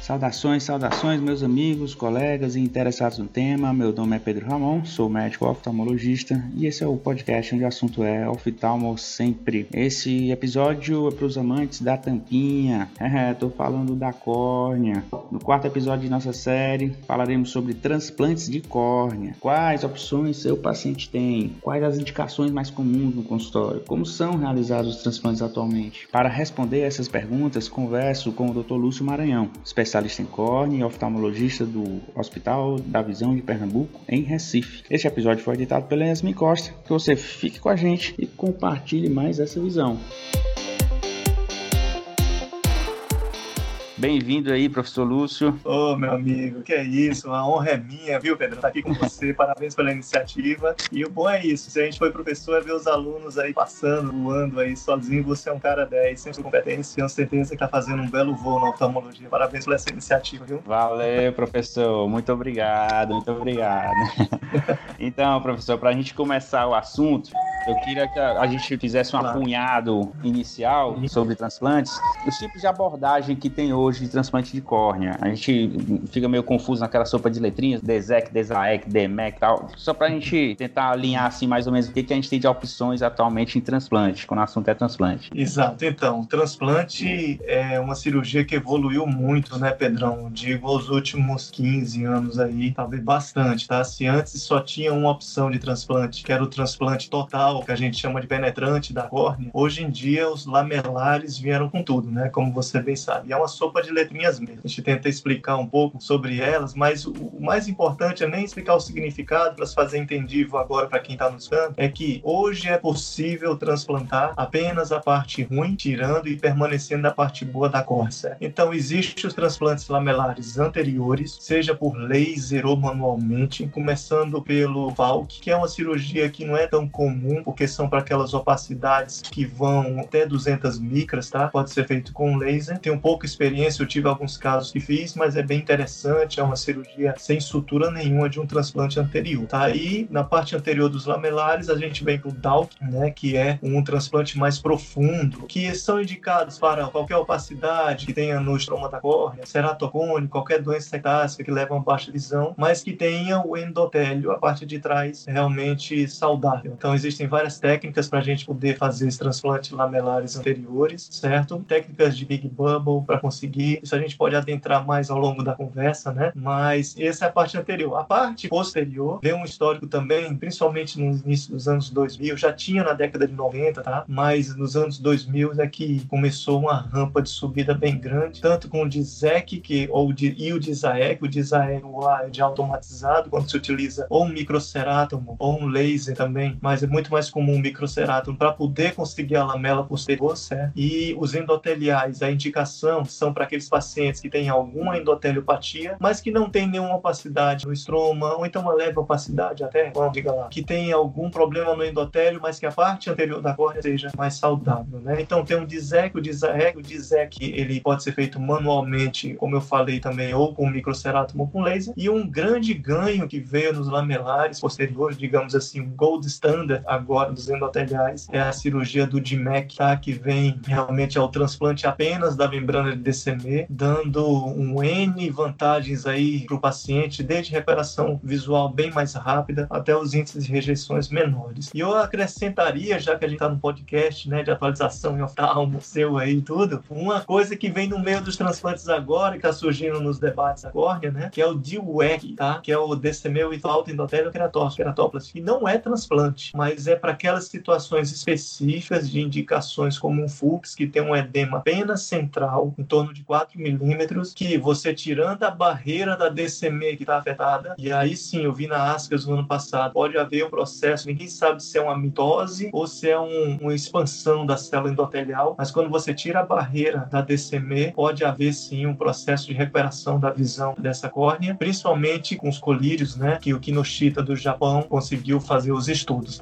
Saudações, meus amigos, colegas e interessados no tema. Meu nome é Pedro Ramon, sou médico oftalmologista e esse é o podcast onde o assunto é oftalmo sempre. Esse episódio é para os amantes da tampinha, tô falando da córnea. No quarto episódio de nossa série, falaremos sobre transplantes de córnea. Quais opções seu paciente tem? Quais as indicações mais comuns no consultório? Como são realizados os transplantes atualmente? Para responder essas perguntas, converso com o Dr. Lúcio Maranhão, especialista em córnea e oftalmologista do Hospital da Visão de Pernambuco, em Recife. Este episódio foi editado pela Yasmin Costa. Que você fique com a gente e compartilhe mais essa visão. Bem-vindo aí, professor Lúcio. Ô, meu amigo, que é isso, a honra é minha, viu, Pedro? Estar aqui com você, parabéns pela iniciativa. E o bom é isso, se a gente foi professor, é ver os alunos aí passando, voando aí sozinho, você é um cara 10, sem sua competência, tenho certeza que está fazendo um belo voo na oftalmologia. Parabéns por essa iniciativa, viu? Valeu, professor, muito obrigado. Então, professor, para a gente começar o assunto, eu queria que a gente fizesse um apunhado inicial sobre transplantes, os tipos de abordagem que tem hoje de transplante de córnea. A gente fica meio confuso naquela sopa de letrinhas, DESEC, DESAEC, DEMEC e tal, só pra gente tentar alinhar assim mais ou menos o que a gente tem de opções atualmente em transplante, quando o assunto é transplante. Exato, então, transplante é uma cirurgia que evoluiu muito, né, Pedrão? Digo, os últimos 15 anos aí, talvez bastante, tá? Se antes só tinha uma opção de transplante, que era o transplante total, que a gente chama de penetrante da córnea, hoje em dia os lamelares vieram com tudo, né? Como você bem sabe. É uma sopa de letrinhas mesmo. A gente tenta explicar um pouco sobre elas, mas o mais importante é nem explicar o significado para se fazer entendível agora para quem está nos campos, é que hoje é possível transplantar apenas a parte ruim, tirando e permanecendo a parte boa da córnea. Então, existem os transplantes lamelares anteriores, seja por laser ou manualmente, começando pelo Falk, que é uma cirurgia que não é tão comum, porque são para aquelas opacidades que vão até 200 micras, tá? Pode ser feito com laser. Tem um pouco de experiência, eu tive alguns casos que fiz, mas é bem interessante, é uma cirurgia sem sutura nenhuma de um transplante anterior, tá? Aí, na parte anterior dos lamelares, a gente vem pro DALK, né, que é um transplante mais profundo, que são indicados para qualquer opacidade que tenha no estroma da córnea, ceratocone, qualquer doença cetácea que leva a uma baixa visão, mas que tenha o endotélio, a parte de trás, realmente saudável. Então, existem várias técnicas para a gente poder fazer esse transplante lamelares anteriores, certo? Técnicas de Big Bubble para conseguir. Isso a gente pode adentrar mais ao longo da conversa, né? Mas essa é a parte anterior. A parte posterior vem um histórico também, principalmente no início dos anos 2000, já tinha na década de 90, tá? Mas nos anos 2000 é que começou uma rampa de subida bem grande, tanto com o DISEC e o DISAEC. O DISAEC é de automatizado, quando se utiliza ou um microcerátomo ou um laser também, mas é muito mais comum um microcerátomo para poder conseguir a lamela posterior, certo? E os endoteliais, a indicação são para aqueles pacientes que têm alguma endoteliopatia, mas que não tem nenhuma opacidade no estroma, ou então uma leve opacidade até, vamos diga lá, que tem algum problema no endotélio, mas que a parte anterior da córnea seja mais saudável, né? Então tem o DISEC, o DISAEC. O DISEC, ele pode ser feito manualmente, como eu falei também, ou com microcerátomo ou com laser. E um grande ganho que veio nos lamelares posteriores, digamos assim, o gold standard agora dos endoteliais, é a cirurgia do DMEC, tá? Que vem realmente ao transplante apenas da membrana de DCM, dando um N vantagens aí para o paciente, desde recuperação visual bem mais rápida até os índices de rejeições menores. E eu acrescentaria, já que a gente está no podcast, né, de atualização em oftalmo, seu aí e tudo, uma coisa que vem no meio dos transplantes agora, que está surgindo nos debates da córnea, né, que é o DWEC, tá? Que é o DCM without endothelial keratoplasty, que não é transplante, mas é para aquelas situações específicas de indicações como um FUX, que tem um edema apenas central, em torno de 4 milímetros, que você tirando a barreira da DCM que está afetada, e aí sim, eu vi na ASCAS no ano passado, pode haver um processo, ninguém sabe se é uma mitose ou se é uma expansão da célula endotelial, mas quando você tira a barreira da DCM, pode haver sim um processo de recuperação da visão dessa córnea, principalmente com os colírios, né, que o Kinoshita do Japão conseguiu fazer os estudos, tá? Você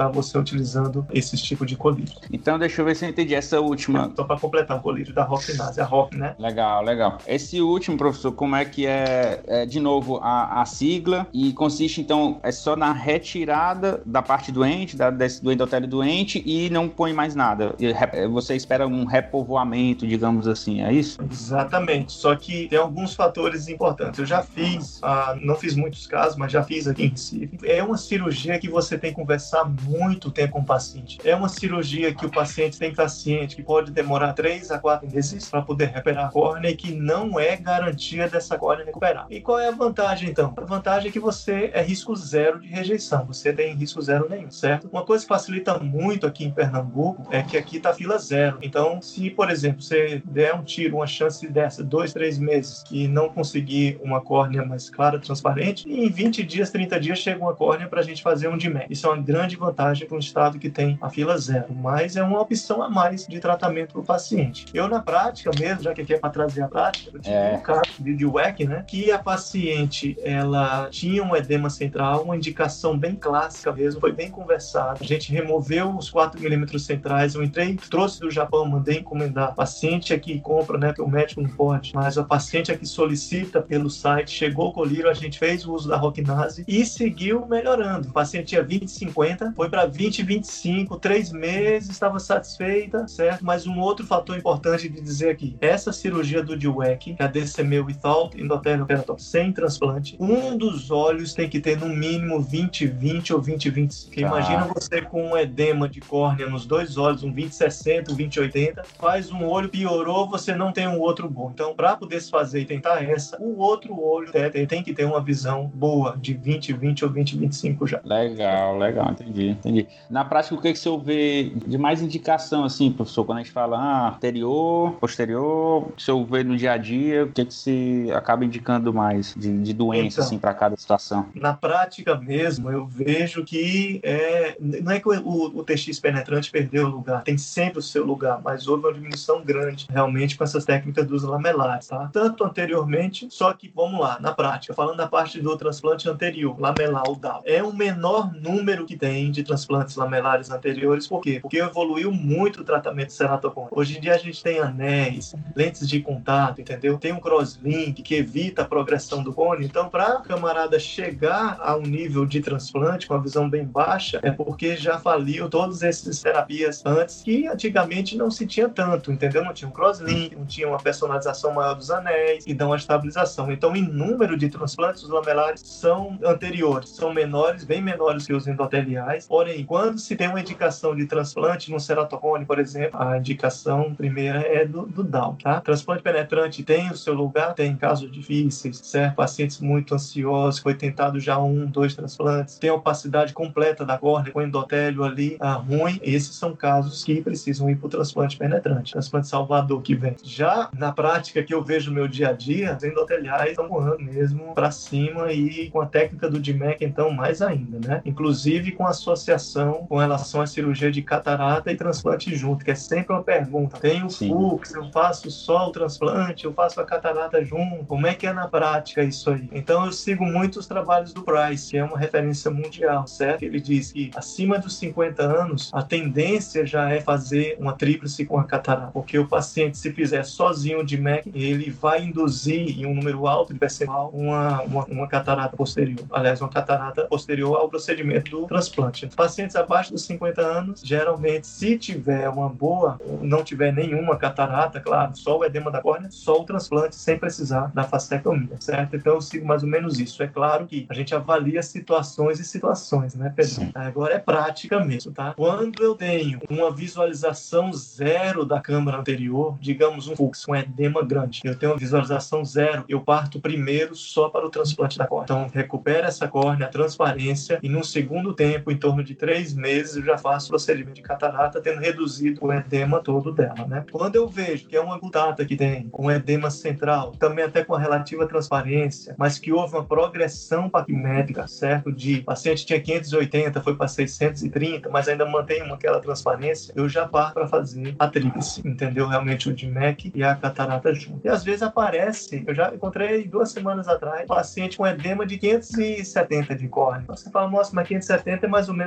utilizando esses tipos de colírio. Então, deixa eu ver se eu entendi essa última. Só para completar, o colírio da Rocknase, a Rock, né? Legal. Esse último, professor, como é que de novo, a sigla? E consiste, então, só na retirada da parte doente, do endotélio doente, e não põe mais nada. Você espera um repovoamento, digamos assim, é isso? Exatamente, só que tem alguns fatores importantes. Eu já fiz, não fiz muitos casos, mas já fiz aqui em Recife. É uma cirurgia que você tem que conversar muito tempo com o paciente. É uma cirurgia que o paciente tem que estar ciente que pode demorar 3 a 4 meses para poder recuperar a córnea e que não é garantia dessa córnea recuperar. E qual é a vantagem, então? A vantagem é que você é risco zero de rejeição. Você tem risco zero nenhum, certo? Uma coisa que facilita muito aqui em Pernambuco é que aqui está fila zero. Então, se, por exemplo, você der um tiro, uma chance dessa, 2, 3 meses, e não conseguir uma córnea mais clara, transparente, e em 20 dias, 30 dias, chega uma córnea para a gente fazer um DMEC. Isso é uma grande vantagem para um estado que tem a fila zero, mas é uma opção a mais de tratamento para o paciente. Eu, na prática mesmo, já que aqui é para trazer a prática, eu tive um caso de WEC, né, que a paciente, ela tinha um edema central, uma indicação bem clássica mesmo, foi bem conversado. A gente removeu os 4 milímetros centrais, eu entrei, trouxe do Japão, mandei encomendar. O paciente aqui compra, né, que o médico não pode, mas a paciente aqui solicita pelo site, chegou o colírio, a gente fez o uso da Rocknase e seguiu melhorando. O paciente tinha 20/50, foi para 20/25, 3 meses, estava satisfeita, certo? Mas um outro fator importante de dizer aqui, essa cirurgia do DWEC, que é a DCM without endothelio keratosis, sem transplante, um dos olhos tem que ter no mínimo 20/20 ou 20/25. Imagina você com um edema de córnea nos 2 olhos, um 20/60, um 20/80, faz um olho, piorou, você não tem um outro bom. Então, para poder se fazer e tentar o outro olho tem que ter uma visão boa, de 20/20 ou 20/25 já. Legal, entendi. Na prática, o que você vê de mais indicação, assim, professor, quando a gente fala anterior, posterior, se eu ver no dia a dia, o que você acaba indicando mais de doença, então, assim, para cada situação? Na prática mesmo, eu vejo que não é que o TX penetrante perdeu o lugar, tem sempre o seu lugar, mas houve uma diminuição grande, realmente, com essas técnicas dos lamelares, tá? Tanto anteriormente, só que, vamos lá, na prática, falando da parte do transplante anterior, lamelar, o DAO, é o menor número que tem de transplantes lamelares anteriores, por quê? Porque evoluiu muito o tratamento de ceratocone. Hoje em dia a gente tem anéis, lentes de contato, entendeu? Tem um crosslink que evita a progressão do cone, então para o camarada chegar a um nível de transplante com a visão bem baixa, é porque já faliu todas essas terapias antes, que antigamente não se tinha tanto, entendeu? Não tinha um crosslink, não tinha uma personalização maior dos anéis e dão a estabilização. Então, em número de transplantes, os lamelares são anteriores, são menores, bem menores que os endoteliais. Porém, quando se tem uma indicação de transplante no ceratocone, por exemplo, a indicação primeira é do DAO, tá? Transplante penetrante tem o seu lugar, tem casos difíceis, certo? Pacientes muito ansiosos, foi tentado já 1, 2 transplantes, tem a opacidade completa da córnea com endotélio ali ruim. Esses são casos que precisam ir para o transplante penetrante, transplante salvador que vem. Já na prática que eu vejo no meu dia a dia, os endoteliais estão voando mesmo para cima e com a técnica do DMEC, então, mais ainda, né? Inclusive com associação com relação à cirurgia de catarata e transplante junto, que é sempre uma pergunta. Tem o FUX, eu faço só o transplante, eu faço a catarata junto, como é que é na prática isso aí? Então eu sigo muito os trabalhos do Price, que é uma referência mundial, certo? Ele diz que acima dos 50 anos, a tendência já é fazer uma tríplice com a catarata, porque o paciente, se fizer sozinho o DMEC, ele vai induzir em um número alto de percentual uma catarata posterior. Aliás, uma catarata posterior ao procedimento do transplante. Pacientes abaixo dos 50 anos, geralmente, se tiver uma boa, não tiver nenhuma catarata, claro, só o edema da córnea, só o transplante, sem precisar da fascectomia, certo? Então eu sigo mais ou menos isso. É claro que a gente avalia situações e situações, né, Pedro? Sim. Agora é prática mesmo, tá? Quando eu tenho uma visualização zero da câmara anterior, digamos um FUX, um edema grande, eu tenho uma visualização zero, eu parto primeiro só para o transplante da córnea. Então, recupera essa córnea, a transparência, e no segundo tempo, em torno de 3 meses, eu já faço o procedimento de catarata, tendo reduzido o edema todo dela, né? Quando eu vejo que é uma gutata que tem um edema central, também até com a relativa transparência, mas que houve uma progressão paquimétrica, certo? De paciente tinha 580, foi para 630, mas ainda mantém aquela transparência, eu já parto para fazer a tríplice, entendeu? Realmente o DMEC e a catarata junto. E às vezes aparece, eu já encontrei 2 semanas atrás, paciente com edema de 570 de córnea. Você fala, nossa, mas 570 é mais ou menos o normal.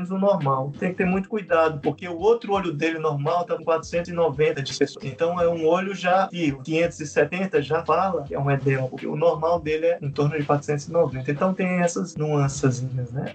normal. Tem que ter muito cuidado, porque o outro olho dele normal tá com 490 de espessura. Então é um olho já, e 570 já fala que é um edema, porque o normal dele é em torno de 490. Então tem essas nuancezinhas, né?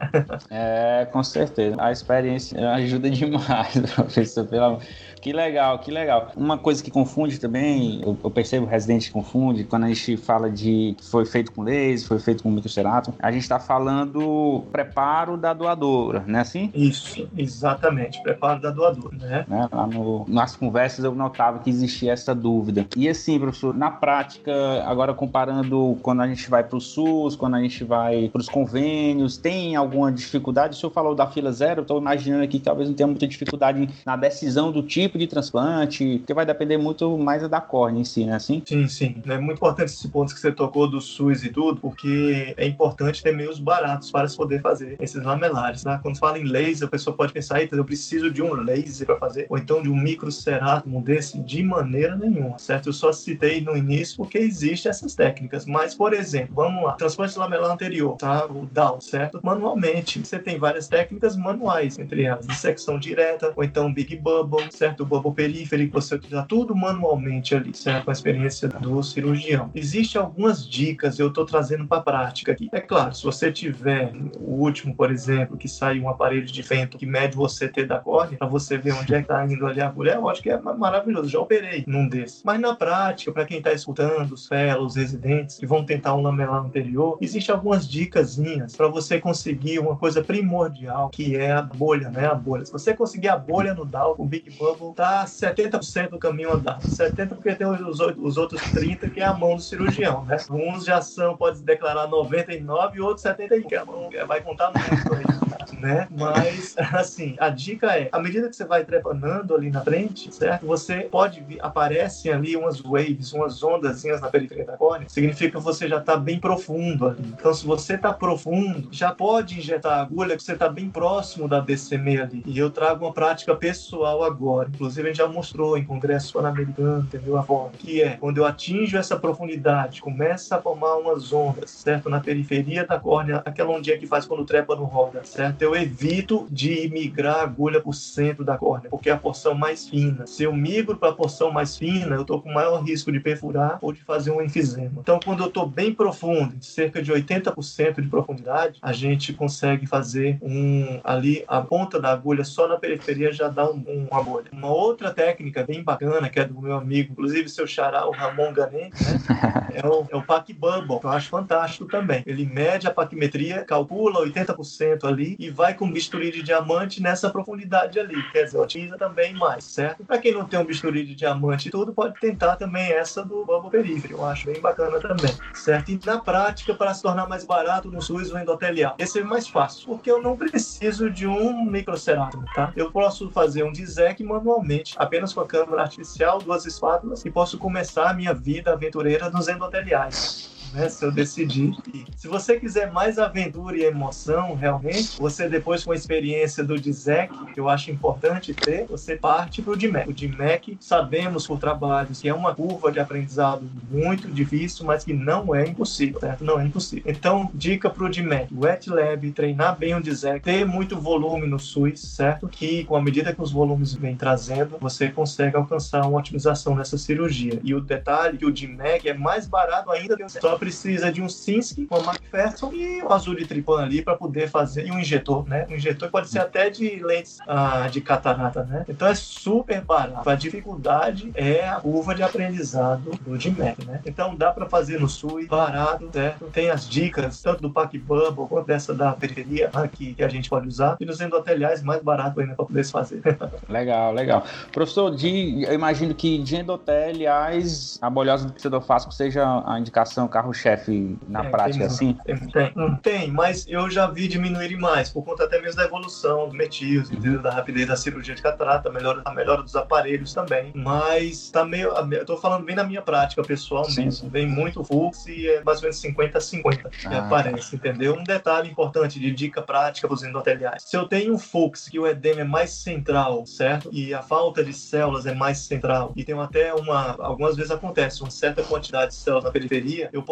Com certeza. A experiência ajuda demais, professor, pelo amor. Que legal, que legal. Uma coisa que confunde também, eu percebo o residente confunde, quando a gente fala de que foi feito com laser, foi feito com microcerato, a gente está falando preparo da doadora, não é assim? Isso, exatamente, preparo da doadora, né? Lá nas conversas eu notava que existia essa dúvida. E assim, professor, na prática, agora comparando quando a gente vai para o SUS, quando a gente vai para os convênios, tem alguma dificuldade? O senhor falou da fila zero, eu estou imaginando aqui que talvez não tenha muita dificuldade na decisão do tipo de transplante, porque vai depender muito mais da córnea em si, né? Assim? Sim. É muito importante esse ponto que você tocou do SUS e tudo, porque é importante ter meios baratos para se poder fazer esses lamelares, tá? Quando fala em laser, a pessoa pode pensar, eita, eu preciso de um laser para fazer, ou então de um microcerátomo desse, de maneira nenhuma, certo? Eu só citei no início porque existem essas técnicas, mas, por exemplo, vamos lá, transplante lamelar anterior, tá? O DAO, certo? Manualmente, você tem várias técnicas manuais, entre elas, dissecção direta, ou então Big Bubble, certo? O bubble periférico, você utiliza tudo manualmente ali, certo? Com a experiência do cirurgião. Existem algumas dicas, eu estou trazendo para a prática aqui. É claro, se você tiver o último, por exemplo, que sai um aparelho de vento que mede o CT da córnea, para você ver onde é que está indo ali a agulha, eu acho que é maravilhoso. Já operei num desses. Mas na prática, para quem está escutando, os fellows, os residentes, que vão tentar um lamelar anterior, existem algumas dicasinhas para você conseguir uma coisa primordial, que é a bolha, né? A bolha. Se você conseguir a bolha no DAO, o Big Bubble, tá 70% do caminho andado. 70% porque tem os outros 30% que é a mão do cirurgião, né? Uns já pode declarar 99% e outros 71%, que a mão vai contar muito aí, né? Mas, assim, a dica é, à medida que você vai trepanando ali na frente, certo? Você pode aparecem ali umas waves, umas ondazinhas na periferia da córnea, significa que você já tá bem profundo ali. Então, se você tá profundo, já pode injetar a agulha que você tá bem próximo da DCM ali. E eu trago uma prática pessoal agora. Inclusive, a gente já mostrou em congresso pan-americano, entendeu? A forma que é, quando eu atinjo essa profundidade, começa a formar umas ondas, certo? Na periferia da córnea, aquela ondinha que faz quando trepa no roda, certo? Eu evito de migrar a agulha pro centro da córnea, porque é a porção mais fina. Se eu migro para a porção mais fina, eu tô com maior risco de perfurar ou de fazer um enfisema. Então, quando eu tô bem profundo, cerca de 80% de profundidade, a gente consegue fazer ali, a ponta da agulha só na periferia já dá uma bolha. Uma outra técnica bem bacana, que é do meu amigo, inclusive seu xará, o Ramon Ganem, né? é o Pac Bubble, que eu acho fantástico também. Ele mede a paquimetria, calcula 80% ali e vai com bisturi de diamante nessa profundidade ali. Quer dizer, otimiza também mais, certo? Para quem não tem um bisturi de diamante e tudo, pode tentar também essa do bubble periférico. Eu acho bem bacana também, certo? E na prática, para se tornar mais barato no SUS, o endotelial. Esse é mais fácil, porque eu não preciso de um microcerátomo, tá? Eu posso fazer um DISEC manualmente, apenas com a câmera artificial, 2 espátulas, e posso começar a minha vida aventureira nos endoteliais. Né, se eu decidir. E se você quiser mais aventura e emoção, realmente, você depois com a experiência do DISEC, que eu acho importante ter, você parte para o DIMEC. O DIMEC, sabemos por trabalhos que é uma curva de aprendizado muito difícil, mas que não é impossível, certo? Não é impossível. Então, dica para o DIMEC, wet lab, treinar bem o DISEC, ter muito volume no SUS, certo? Que com a medida que os volumes vêm trazendo, você consegue alcançar uma otimização nessa cirurgia. E o detalhe que o DIMEC é mais barato ainda que o só precisa de um Sinsk, uma McPherson e um azul de tripã ali para poder fazer, e um injetor, né? Um injetor pode ser até de lentes de catarata, né? Então é super barato. A dificuldade é a curva de aprendizado do DIMEC, né? Então dá para fazer no SUS, barato, certo? Tem as dicas, tanto do Pac Bubble quanto dessa da periferia aqui, que a gente pode usar, e nos endoteliais mais barato ainda para poder se fazer. Legal, legal. Professor, eu imagino que de endoteliais, a bolhose do pseudofasco seja a indicação carro-chefe na prática, assim? Tem, mas eu já vi diminuir mais, por conta até mesmo da evolução dos metios, entendeu? Da rapidez da cirurgia de catarata, a melhora dos aparelhos também, mas tá meio, eu tô falando bem na minha prática pessoal mesmo, vem muito fluxo e é mais ou menos 50-50 que aparece, entendeu? Um detalhe importante de dica prática para os endoteliais, se eu tenho um flux que o edema é mais central, certo? E a falta de células é mais central, e tem até algumas vezes acontece uma certa quantidade de células na periferia, eu posso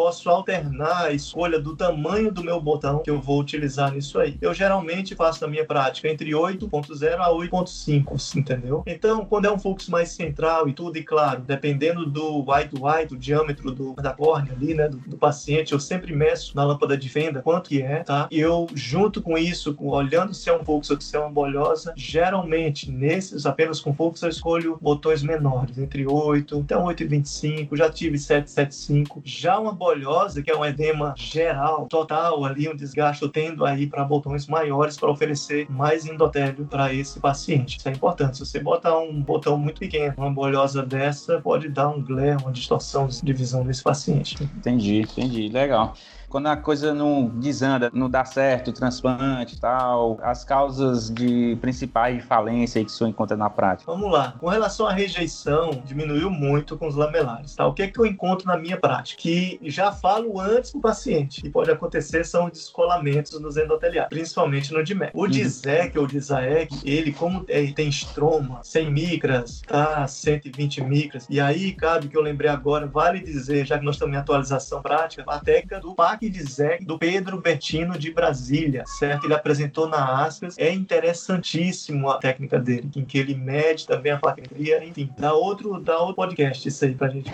posso alternar a escolha do tamanho do meu botão que eu vou utilizar nisso aí. Eu geralmente faço na minha prática entre 8.0 a 8.5, entendeu? Então, quando é um fluxo mais central e tudo, e claro, dependendo do eye to eye, do diâmetro da córnea ali, né, do paciente, eu sempre meço na lâmpada de fenda quanto que é, tá? E eu, junto com isso, olhando se é um fluxo ou se é uma bolhosa, geralmente, nesses apenas com fluxo, eu escolho botões menores, entre 8 até 8,25, já tive 7,75. Já uma bolhosa, que é um edema geral, total ali, um desgaste, eu tendo aí para botões maiores para oferecer mais endotélio para esse paciente. Isso é importante. Se você botar um botão muito pequeno, uma bolhosa dessa, pode dar um glare, uma distorção de visão nesse paciente. Entendi, legal. Quando a coisa não desanda, não dá certo, o transplante e tal, as causas principais de falência aí que o senhor encontra na prática? Vamos lá. Com relação à rejeição, diminuiu muito com os lamelares, tá? O que é que eu encontro na minha prática? Que já falo antes do paciente, que pode acontecer são os descolamentos nos endoteliais, principalmente no DMEC. O DISEC ou DISAEC, ele, como tem estroma, 100 micras, tá? 120 micras, e aí, cabe que eu lembrei agora, vale dizer, já que nós estamos em atualização prática, a técnica do PAC DISEC do Pedro Bertino de Brasília, certo? Ele apresentou na ASCAS, é interessantíssimo a técnica dele, em que ele mede também a plaquetria, enfim, dá outro podcast isso aí pra gente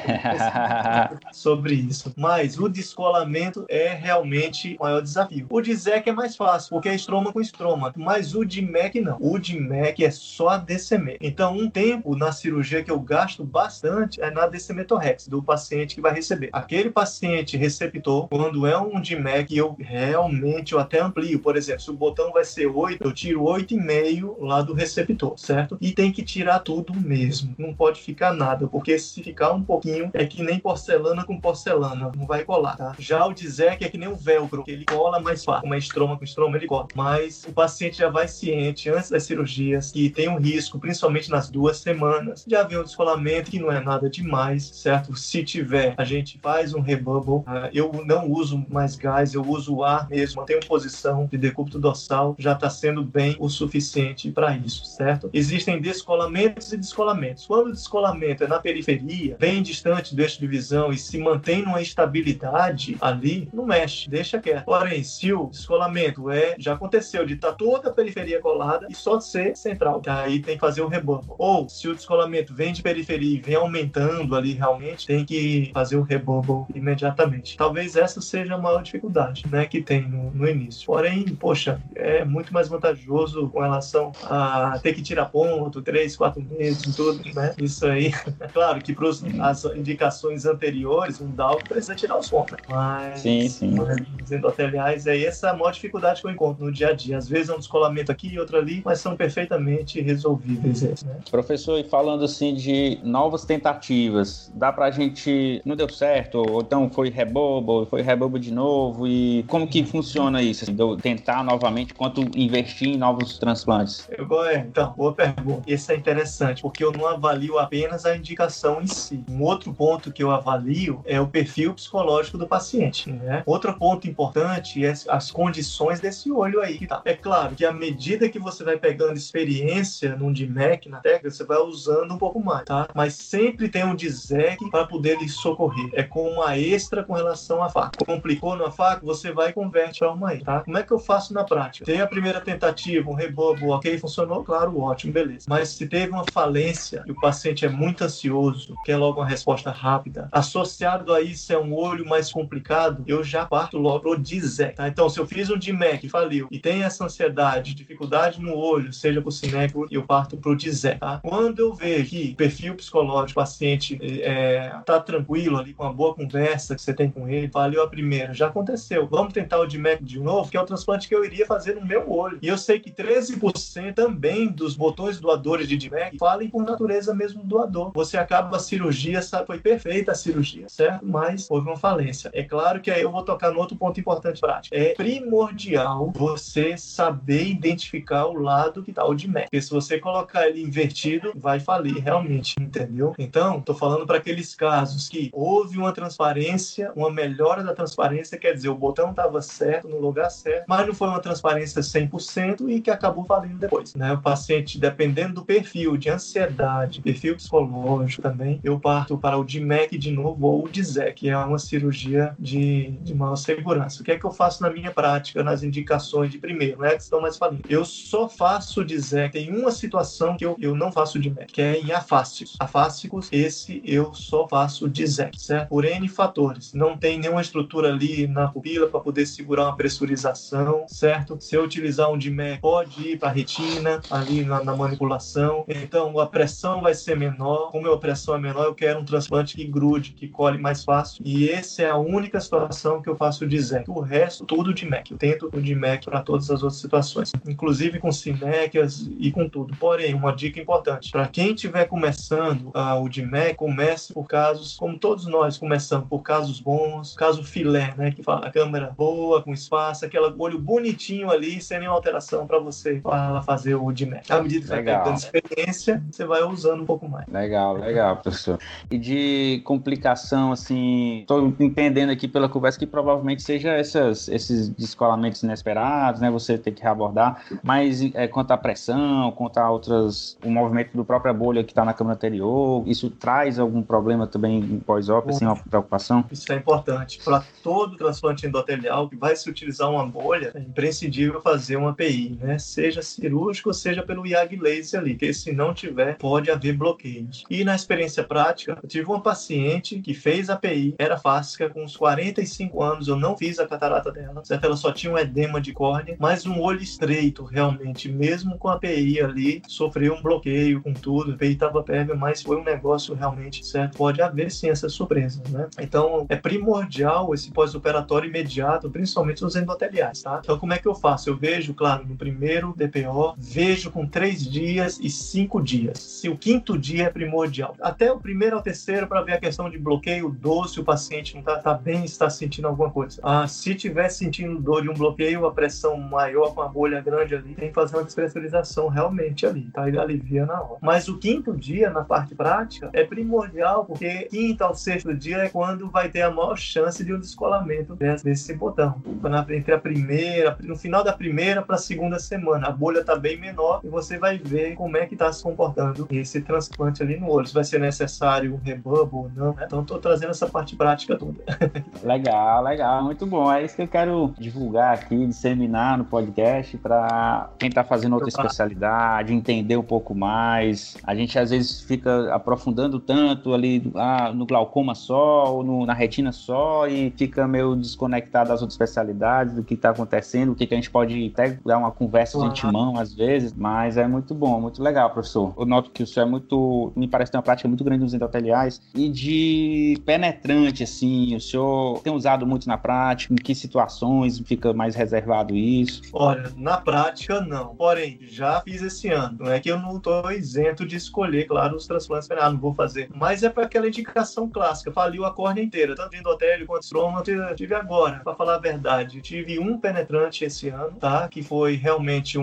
sobre isso. Mas o descolamento é realmente o maior desafio. O DISEC é mais fácil, porque é estroma com estroma, mas o DMEC não. O DMEC é só a DCM. Então, um tempo na cirurgia que eu gasto bastante é na DCM-torrex, do paciente que vai receber. Aquele paciente receptor, quando é um DMEC, eu até amplio. Por exemplo, se o botão vai ser 8, eu tiro 8,5 lá do receptor, certo? E tem que tirar tudo mesmo. Não pode ficar nada, porque se ficar um pouquinho, é que nem porcelana com porcelana, não vai colar, tá? Já o DISEC é que nem o velcro, que ele cola mais fácil. Uma estroma com estroma, ele cola. Mas o paciente já vai ciente, antes das cirurgias, que tem um risco, principalmente nas 2 semanas, de haver um descolamento, que não é nada demais, certo? Se tiver, a gente faz um rebubble. Eu não uso mais gás, eu uso ar mesmo, mantenho posição de decúbito dorsal, já está sendo bem o suficiente para isso, certo? Existem descolamentos e descolamentos. Quando o descolamento é na periferia, bem distante do eixo de visão e se mantém numa estabilidade ali, não mexe, deixa quieto. Porém, se o descolamento já aconteceu de estar toda a periferia colada e só ser central, aí tem que fazer o rebubble. Ou se o descolamento vem de periferia e vem aumentando ali realmente, tem que fazer o rebubble imediatamente. Talvez essa seja a maior dificuldade, né, que tem no início. Porém, poxa, é muito mais vantajoso com relação a ter que tirar ponto, 3, 4 meses e tudo, né? Isso aí, claro que para as indicações anteriores, um DAO precisa tirar os pontos, mas sim. Os endoteliais, essa é a maior dificuldade que eu encontro no dia a dia. Às vezes é um descolamento aqui e outro ali, mas são perfeitamente resolvíveis, né? Professor, e falando assim de novas tentativas, dá pra gente, não deu certo, ou então foi rebubble de novo, e como que funciona isso, assim, de eu tentar novamente, quanto investir em novos transplantes? Então, boa pergunta. Isso é interessante, porque eu não avalio apenas a indicação em si. Um outro ponto que eu avalio é o perfil psicológico do paciente, né? Outro ponto importante é as condições desse olho aí, tá? É claro que à medida que você vai pegando experiência num DMEC, na técnica, você vai usando um pouco mais, tá? Mas sempre tem um DISEC para poder lhe socorrer. É como uma extra com relação à faca. Complicou na faca, você vai e converte para uma aí, tá? Como é que eu faço na prática? Tem a primeira tentativa, um rebubble, ok, funcionou, claro, ótimo, beleza. Mas se teve uma falência e o paciente é muito ansioso, quer logo uma resposta rápida, associado a isso é um olho mais complicado, eu já parto logo pro DISEC, tá? Então, se eu fiz um DMEC e faliu e tem essa ansiedade, dificuldade no olho, seja por cinético, eu parto pro DISEC, tá? Quando eu vejo que o perfil psicológico do paciente tá tranquilo ali, com uma boa conversa que você tem com ele, faliu a primeira, já aconteceu, vamos tentar o DMEC de novo, que é o transplante que eu iria fazer no meu olho. E eu sei que 13% também dos botões doadores de DMEC falem por natureza mesmo do doador. Você acaba a cirurgia, sabe, foi perfeita a cirurgia, certo? Mas houve uma falência. É claro que aí eu vou tocar no outro ponto importante prático. É primordial você saber identificar o lado que tá o DMEC. Porque se você colocar ele invertido, vai falir realmente, entendeu? Então, tô falando para aqueles casos que houve uma transparência, uma melhora da transparência transparência quer dizer o botão estava certo, no lugar certo, mas não foi uma transparência 100% e que acabou falindo depois, né? O paciente, dependendo do perfil de ansiedade, perfil psicológico também, eu parto para o DMEC de novo ou o DISEC, que é uma cirurgia de maior segurança. O que é que eu faço na minha prática, nas indicações de primeiro, né, que estão mais falindo? Eu só faço DISEC em uma situação que eu não faço DMEC, que é em afásticos. Afásticos, esse eu só faço DISEC, certo? Por N fatores. Não tem nenhuma estrutura ali na pupila para poder segurar uma pressurização, certo? Se eu utilizar um DMEC, pode ir para a retina, ali na manipulação. Então, a pressão vai ser menor. Como a pressão é menor, eu quero um transplante que grude, que colhe mais fácil. E essa é a única situação que eu faço DISEC. O resto, tudo DMEC. Eu tento o DMEC para todas as outras situações, inclusive com sinéquias e com tudo. Porém, uma dica importante, para quem estiver começando o DMEC, comece por casos, como todos nós começamos, por casos bons, caso filé, né, que fala a câmera boa, com espaço, aquele olho bonitinho ali, sem nenhuma alteração para você fazer o DMEC. À medida que vai pegando experiência, você vai usando um pouco mais. Legal, professor. E de complicação, assim, estou entendendo aqui pela conversa que provavelmente seja esses descolamentos inesperados, né, você tem que reabordar, mas quanto à pressão, quanto a o movimento do própria bolha que está na câmara anterior, isso traz algum problema também pós-op, assim, uma preocupação? Isso é importante. Para todo transplante endotelial que vai se utilizar uma bolha, é imprescindível fazer uma API, né? Seja cirúrgico, seja pelo IAG laser ali, porque se não tiver, pode haver bloqueios. E na experiência prática, eu tive uma paciente que fez API, era fáscica, com uns 45 anos, eu não fiz a catarata dela, certo? Ela só tinha um edema de córnea, mas um olho estreito, realmente, mesmo com a API ali, sofreu um bloqueio com tudo, a API estava pérvia, mas foi um negócio realmente, certo? Pode haver sim essas surpresas, né? Então, é primordial esse pós-operatório imediato, principalmente nos endoteliais, tá? Então, como é que eu faço? Eu vejo, claro, no primeiro DPO, vejo com 3 dias e 5 dias. Se o 5º dia é primordial. Até o primeiro ao terceiro, para ver a questão de bloqueio, dor, se o paciente não tá bem, está sentindo alguma coisa. Se tiver sentindo dor de um bloqueio, a pressão maior com a bolha grande ali, tem que fazer uma despressurização realmente ali, tá? Ele alivia na hora. Mas o 5º dia, na parte prática, é primordial, porque 5º ao 6º dia é quando vai ter a maior chance de um descolamento desse botão. Entre a primeira, no final da primeira para a segunda semana, a bolha tá bem menor e você vai ver como é que tá se comportando esse transplante ali no olho. Se vai ser necessário um rebubble ou não, né? Então tô trazendo essa parte prática toda. Legal, muito bom. É isso que eu quero divulgar aqui, disseminar no podcast para quem tá fazendo outra especialidade, entender um pouco mais. A gente às vezes fica aprofundando tanto ali no glaucoma só, ou na retina só, e fica meio desconectado das outras especialidades, do que está acontecendo, o que a gente pode até dar uma conversa de antemão às vezes, mas é muito bom, muito legal, professor. Eu noto que o senhor me parece ter uma prática muito grande nos endoteliais e de penetrante, assim, o senhor tem usado muito na prática, em que situações fica mais reservado isso? Olha, na prática não, porém, já fiz esse ano, não é que eu não estou isento de escolher, claro, os transplantes, não vou fazer, mas é para aquela indicação clássica, faliu a córnea inteira, tanto de endotélio quanto estroma, eu tive agora, para falar a verdade, tive um penetrante esse ano, tá, que foi realmente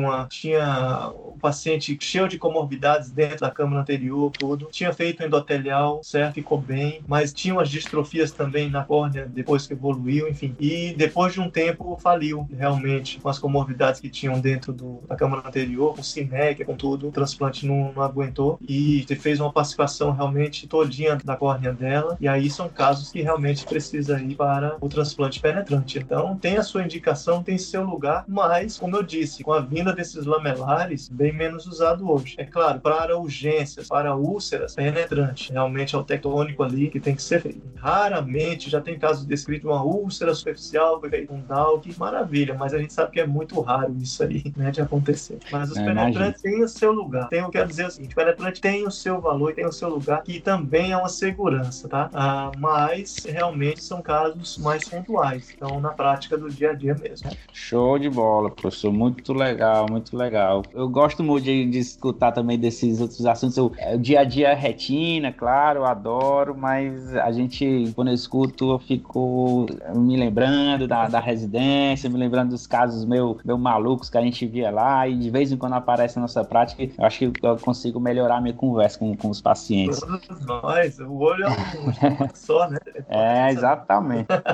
tinha um paciente cheio de comorbidades dentro da câmara anterior, tudo, tinha feito endotelial, certo, ficou bem, mas tinha umas distrofias também na córnea depois que evoluiu, enfim, e depois de um tempo faliu, realmente, com as comorbidades que tinham dentro da câmara anterior, com sinéquia, com tudo, o transplante não aguentou e fez uma pacificação realmente todinha da córnea dela, e aí são casos que realmente precisa ir para o transplante penetrante. Então, tem a sua indicação, tem seu lugar, mas, como eu disse, com a vinda desses lamelares, bem menos usado hoje. É claro, para urgências, para úlceras, penetrante. Realmente é o tectônico ali que tem que ser feito. Raramente já tem casos descritos de uma úlcera superficial, foi feito um DALC, maravilha, mas a gente sabe que é muito raro isso aí, né, de acontecer. Mas os penetrantes têm o seu lugar. Eu quero dizer o seguinte, o penetrante tem o seu valor e tem o seu lugar, que também é uma segurança, tá? Mas realmente são casos mais pontuais, então na prática do dia a dia mesmo. Show de bola, professor, muito legal, muito legal. Eu gosto muito de escutar também desses outros assuntos. O dia a dia é retina, claro, eu adoro, mas a gente, quando eu escuto, eu fico me lembrando da residência, me lembrando dos casos meio malucos que a gente via lá, e de vez em quando aparece na nossa prática, eu acho que eu consigo melhorar a minha conversa com os pacientes. Todos nós, o olho é um só, né? Exatamente.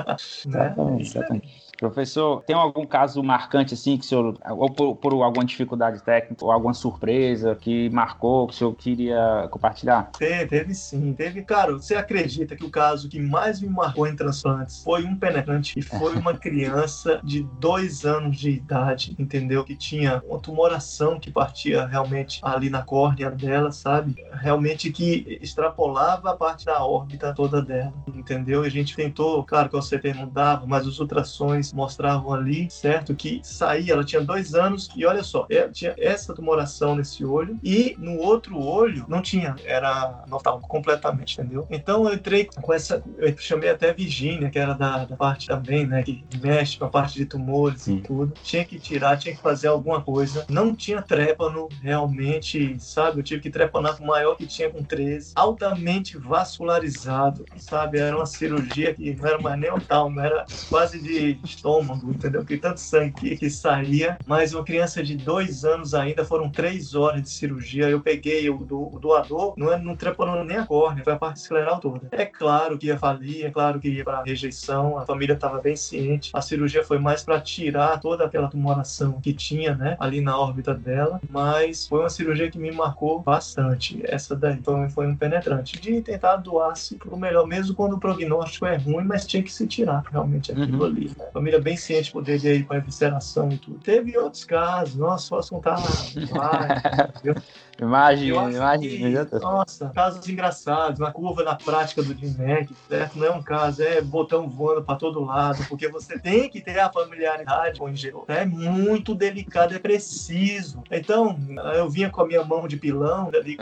né? Exatamente. Professor, tem algum caso marcante, assim, que o senhor, ou por alguma dificuldade técnica, ou alguma surpresa que marcou, que o senhor queria compartilhar? Teve sim. Cara, você acredita que o caso que mais me marcou em transplantes foi um penetrante e foi uma criança de 2 anos de idade, entendeu? Que tinha uma tumoração que partia realmente ali na córnea dela, sabe? Realmente que extrapolava a parte da órbita toda dela, entendeu? E a gente tentou, claro que o CT não dava, mas os ultrassons mostravam ali, certo? Que saía, ela tinha 2 anos e olha só, ela tinha essa tumoração nesse olho e no outro olho não tinha, era normal, completamente, entendeu? Então eu entrei com essa, eu chamei até a Virgínia, que era da parte também, né, que mexe com a parte de tumores e tudo. Tinha que tirar, tinha que fazer alguma coisa. Não tinha trépano, realmente, sabe? Eu tive que trepanar com o maior que tinha com 13. Altamente vascularizado, sabe? Era uma cirurgia que não era mais nem não era quase de estômago, entendeu? Que tanto sangue que saía. Mas uma criança de 2 anos ainda, foram 3 horas de cirurgia. Eu peguei o doador, não trepanou nem a córnea, foi a parte escleral toda. É claro que ia falir, é claro que ia para rejeição, a família estava bem ciente. A cirurgia foi mais para tirar toda aquela tumoração que tinha, né, ali na órbita dela, mas foi uma cirurgia que me marcou bastante. Essa daí foi um penetrante. De tentar doar-se pro melhor, mesmo quando o prognóstico é ruim, mas tinha que se tirar realmente aquilo ali, né? A família bem ciente, poderia ir para a evisceração e tudo. Teve outros casos, nossa, posso contar vários. Imagina. Nossa, casos engraçados, na curva na prática do DMEC, certo? Não é um caso, é botão voando para todo lado, porque você tem que ter a familiaridade com o engenheiro. É muito delicado, é preciso. Então, eu vinha com a minha mão de pilão ali,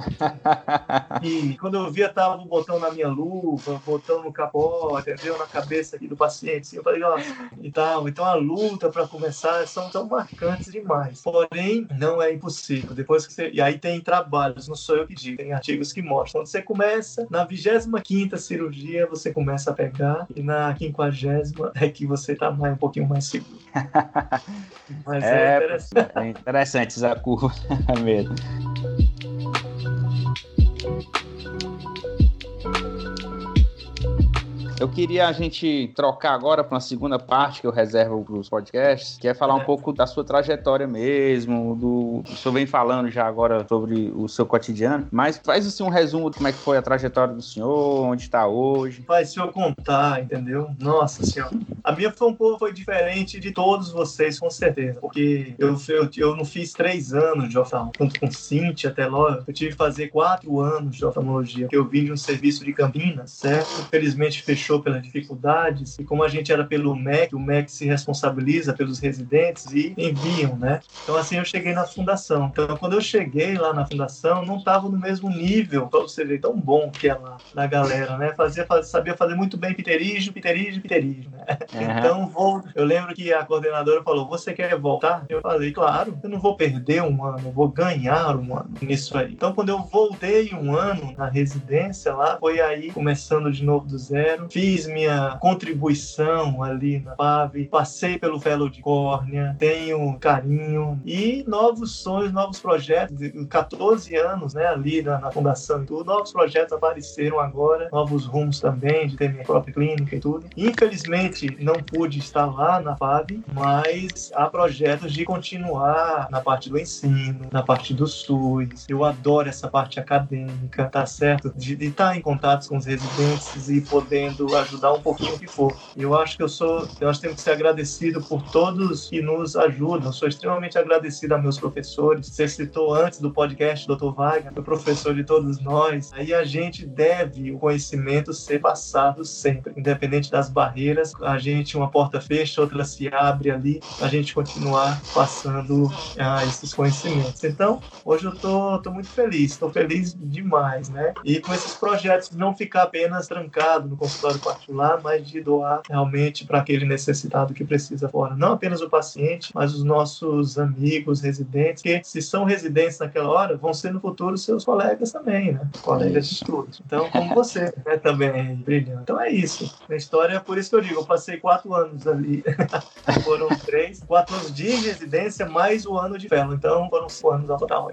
e quando eu via, tava o botão na minha luva, botão no capó, entendeu? Na cabeça aqui do paciente. Assim, eu falei, ó, e tal. Então, a luta para começar são tão marcantes demais. Porém, não é impossível. Depois que você... E aí tem trabalhos, não sou eu que digo, tem artigos que mostram. Quando você começa, na 25ª cirurgia, você começa a pegar, e na 50ª é que você tá um pouquinho mais seguro. Mas é interessante. É interessante essa curva mesmo. Eu queria a gente trocar agora para uma segunda parte que eu reservo para os podcasts, que é falar um pouco da sua trajetória mesmo, o senhor vem falando já agora sobre o seu cotidiano, mas faz assim um resumo de como é que foi a trajetória do senhor, onde está hoje. Se eu contar, entendeu? Nossa senhora. A minha foi diferente de todos vocês, com certeza, porque eu não fiz 3 anos de oftalmologia, junto com Cíntia até logo, eu tive que fazer 4 anos de oftalmologia, porque eu vim de um serviço de Campinas, certo? Infelizmente fechou pelas dificuldades, e como a gente era pelo MEC, o MEC se responsabiliza pelos residentes e enviam, né? Então assim, eu cheguei na fundação. Então quando eu cheguei lá na fundação, não estava no mesmo nível, para você ver, tão bom que é lá, da galera, né? Sabia fazer muito bem pterígio, né? Então eu lembro que a coordenadora falou, você quer voltar? Eu falei, claro, eu não vou perder um ano, eu vou ganhar um ano nisso aí. Então quando eu voltei um ano na residência lá, foi aí, começando de novo do zero, fiz minha contribuição ali na PAV, passei pelo fellow de córnea, tenho carinho e novos sonhos, novos projetos, 14 anos, né, ali na fundação e tudo, novos projetos apareceram agora, novos rumos também, de ter minha própria clínica e tudo. Infelizmente, não pude estar lá na PAV, mas há projetos de continuar na parte do ensino, na parte do SUS. Eu adoro essa parte acadêmica, tá certo? De estar em contato com os residentes e podendo ajudar um pouquinho o que for. Eu acho que nós temos que ser agradecidos por todos que nos ajudam. Eu sou extremamente agradecido a meus professores. Você citou antes do podcast, Dr. Wagner, o professor de todos nós. Aí a gente deve o conhecimento ser passado sempre, independente das barreiras. A gente, uma porta fecha, outra se abre ali, a gente continuar passando esses conhecimentos. Então, hoje eu tô muito feliz, estou feliz demais, né? E com esses projetos, não ficar apenas trancado no consultório particular, mas de doar realmente para aquele necessitado que precisa fora. Não apenas o paciente, mas os nossos amigos, residentes, que se são residentes naquela hora, vão ser no futuro seus colegas também, né? Colegas de estudos. Então, como você, né, também, brilhante. Então é isso. A história é por isso que eu digo, eu passei 4 anos ali. Foram 4 anos de residência, mais o ano de fellow. Então, foram 5 anos ao total.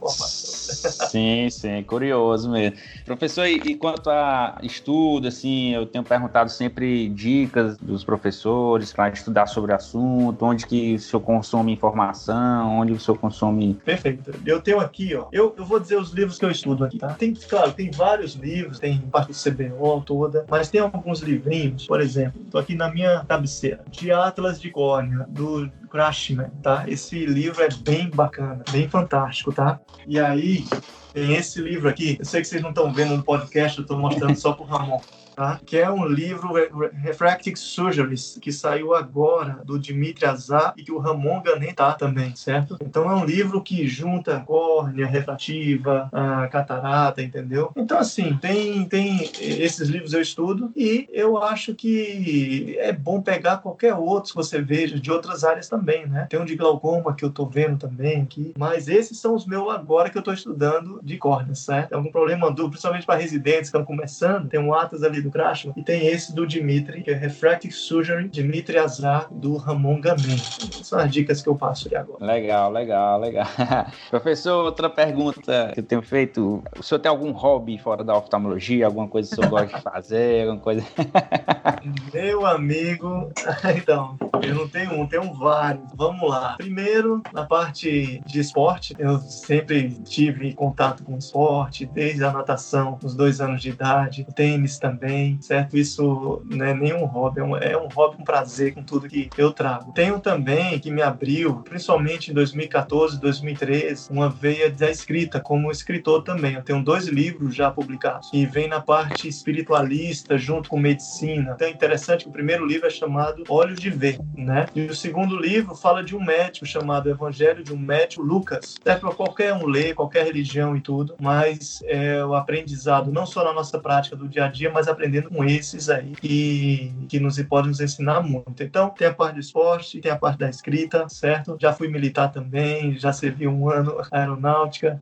Sim, curioso mesmo. Professor, e quanto a estudo, assim, eu tenho perguntado perguntado sempre dicas dos professores para estudar sobre o assunto, onde que o senhor consome informação, onde o senhor consome... Perfeito. Eu tenho aqui, ó, eu vou dizer os livros que eu estudo aqui, tá? Claro, tem vários livros, tem parte do CBO toda, mas tem alguns livrinhos, por exemplo, tô aqui na minha cabeceira, de Atlas de Córnea, do Crashman, tá? Esse livro é bem bacana, bem fantástico, tá? E aí, tem esse livro aqui, eu sei que vocês não estão vendo no podcast, eu tô mostrando só pro Ramon. Tá? Que é um livro, Refractive Surgeries, que saiu agora, do Dimitri Azar, e que o Ramon Ganem tá também, certo? Então é um livro que junta córnea, refrativa, a catarata, entendeu? Então, assim, tem esses livros eu estudo, e eu acho que é bom pegar qualquer outro que você veja, de outras áreas também, né? Tem um de glaucoma que eu tô vendo também aqui, mas esses são os meus agora que eu tô estudando de córnea, certo? Tem algum problema dúvida, principalmente para residentes que estão começando, tem um Atlas ali do Crashman, e tem esse do Dimitri, que é Refractive Surgery, Dimitri Azar, do Ramon Ganem. São as dicas que eu passo aqui agora. Legal. Professor, outra pergunta que eu tenho feito, o senhor tem algum hobby fora da oftalmologia, alguma coisa que o senhor gosta de fazer, alguma coisa... Meu amigo, então, eu não tenho um, tenho vários. Vamos lá. Primeiro, na parte de esporte, eu sempre tive contato com esporte, desde a natação, com os 2 anos de idade, o tênis também, certo? Isso não é nenhum hobby, é um hobby, um prazer com tudo que eu trago. Tenho também, que me abriu, principalmente em 2014, 2013, uma veia da escrita, como escritor também. Eu tenho 2 livros já publicados, e vem na parte espiritualista, junto com medicina. Então é interessante que o primeiro livro é chamado Olhos de Ver, né? E o segundo livro fala de um médico chamado Evangelho de um Médico Lucas. Serve para qualquer um ler, qualquer religião e tudo, mas é o aprendizado, não só na nossa prática do dia a dia, mas aprendendo com esses aí que podem nos ensinar muito. Então, tem a parte do esporte, tem a parte da escrita, certo? Já fui militar também, já servi 1 ano aeronáutica,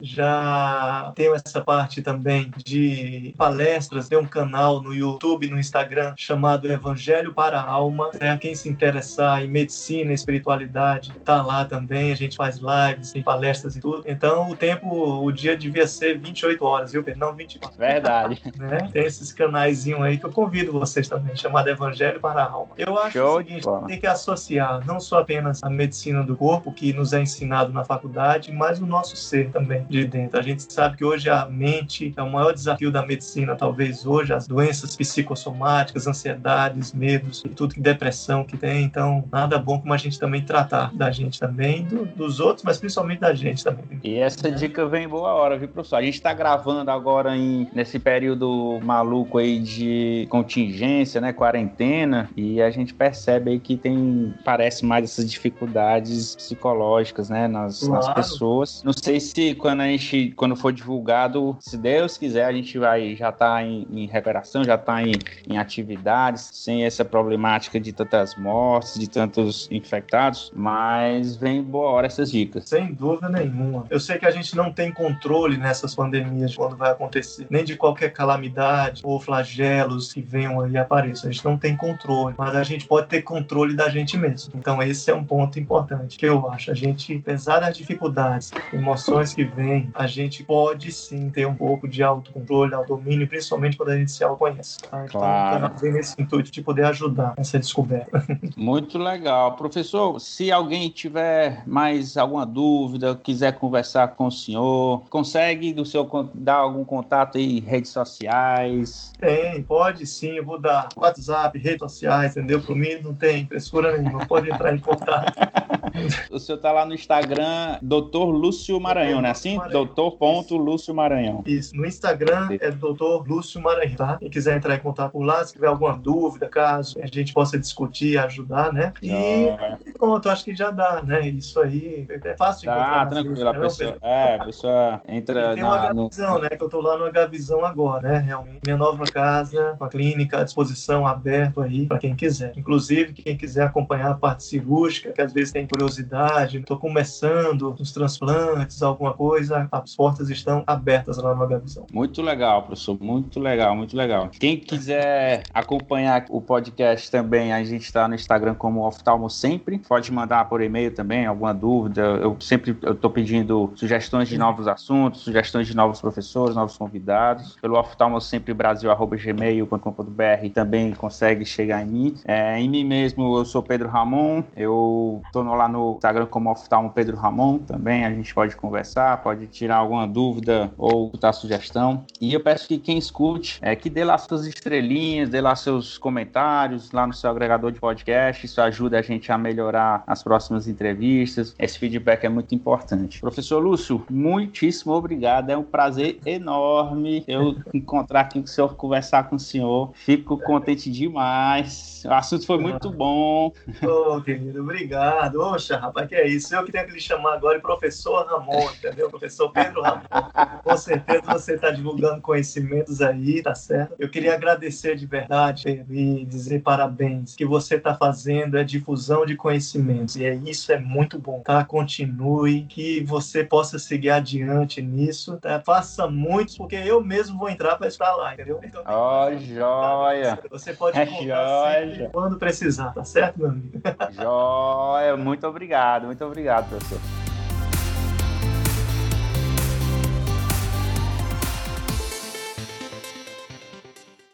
já tenho essa parte também de palestras, tem um canal no YouTube, no Instagram, chamado Evangelho para a Alma, né? Quem se interessar em medicina, espiritualidade, tá lá também, a gente faz lives, tem palestras e tudo. Então, o dia devia ser 28 horas, viu, Pedro? Não 24. Verdade. Né? Tem esses canaizinhos aí que eu convido vocês também, chamado Evangelho para a Alma. Eu acho o seguinte, tem que associar não só apenas a medicina do corpo, que nos é ensinado na faculdade, mas o nosso ser também de dentro. A gente sabe que hoje a mente é o maior desafio da medicina, talvez hoje, as doenças psicossomáticas, ansiedades, medos, e tudo que depressão que tem. Então, nada bom como a gente também tratar da gente também, dos outros, mas principalmente da gente também. E essa dica vem em boa hora, viu, professor? A gente está gravando agora nesse período maluco aí de contingência, né, quarentena, e a gente percebe aí que parece mais essas dificuldades psicológicas, né, nas pessoas. Não sei se quando for divulgado, se Deus quiser, a gente já tá em recuperação, já tá em atividades, sem essa problemática de tantas mortes, de tantos infectados, mas vem boa hora essas dicas. Sem dúvida nenhuma. Eu sei que a gente não tem controle nessas pandemias quando vai acontecer, nem de qualquer calamidade ou flagelos que venham aí e apareçam. A gente não tem controle, mas a gente pode ter controle da gente mesmo. Então esse é um ponto importante que eu acho. A gente, apesar das dificuldades, emoções que vêm, a gente pode sim ter um pouco de autocontrole, autodomínio, principalmente quando a gente se autoconhece. Tá? Então, claro. Vem nesse intuito de poder ajudar nessa descoberta. Muito legal. Professor, se alguém tiver mais alguma dúvida, quiser conversar com o senhor, consegue dar algum contato aí, redes sociais? Tem, pode sim, eu vou dar WhatsApp, redes sociais, entendeu? Por mim não tem frescura nenhuma, pode entrar em contato. O senhor tá lá no Instagram, Dr. Lúcio Maranhão, né? Assim? Dr. Maranhão. Isso, no Instagram é Dr. Lúcio Maranhão, tá? Quem quiser entrar em contato por lá, se tiver alguma dúvida, caso a gente possa discutir, ajudar, né? E pronto, acho que já dá, né? Isso aí é fácil de encontrar. Tranquilo, a pessoa entra tem uma Gavisão, né? Que eu tô lá no Gavisão agora, né? Realmente, minha nova casa, com a clínica à disposição, aberto aí para quem quiser. Inclusive, quem quiser acompanhar a parte cirúrgica, que às vezes tem curiosidade curiosidade, estou começando nos transplantes, alguma coisa, as portas estão abertas lá no HVisão. Muito legal, professor, muito legal, muito legal. Quem quiser acompanhar o podcast também, a gente está no Instagram como Oftalmo Sempre, pode mandar por e-mail também, alguma dúvida, eu estou pedindo sugestões de novos assuntos, sugestões de novos professores, novos convidados, pelo oftalmosempre@gmail.com.br também consegue chegar em mim. Em mim mesmo, eu sou Pedro Ramon, eu estou lá no Instagram como Oftalmo Pedro Ramon também, a gente pode conversar, pode tirar alguma dúvida ou botar sugestão. E eu peço que quem escute, que dê lá suas estrelinhas, dê lá seus comentários lá no seu agregador de podcast, isso ajuda a gente a melhorar as próximas entrevistas, esse feedback é muito importante. Professor Lúcio, muitíssimo obrigado, é um prazer enorme eu encontrar aqui com o senhor, conversar com o senhor, fico contente demais, o assunto foi muito bom. Querido, obrigado. Oxa, rapaz, que é isso, eu que tenho que lhe chamar agora de professor Ramon, entendeu? Professor Pedro Ramon, com certeza você está divulgando conhecimentos aí, tá certo? Eu queria agradecer de verdade, Pedro, e dizer parabéns, que você está fazendo é difusão de conhecimentos, e isso é muito bom, tá? Continue, que você possa seguir adiante nisso, tá? Faça muito, porque eu mesmo vou entrar para estar lá, entendeu? Então, joia! Você pode contar sempre quando precisar, tá certo, meu amigo? Joia, muito obrigado, professor.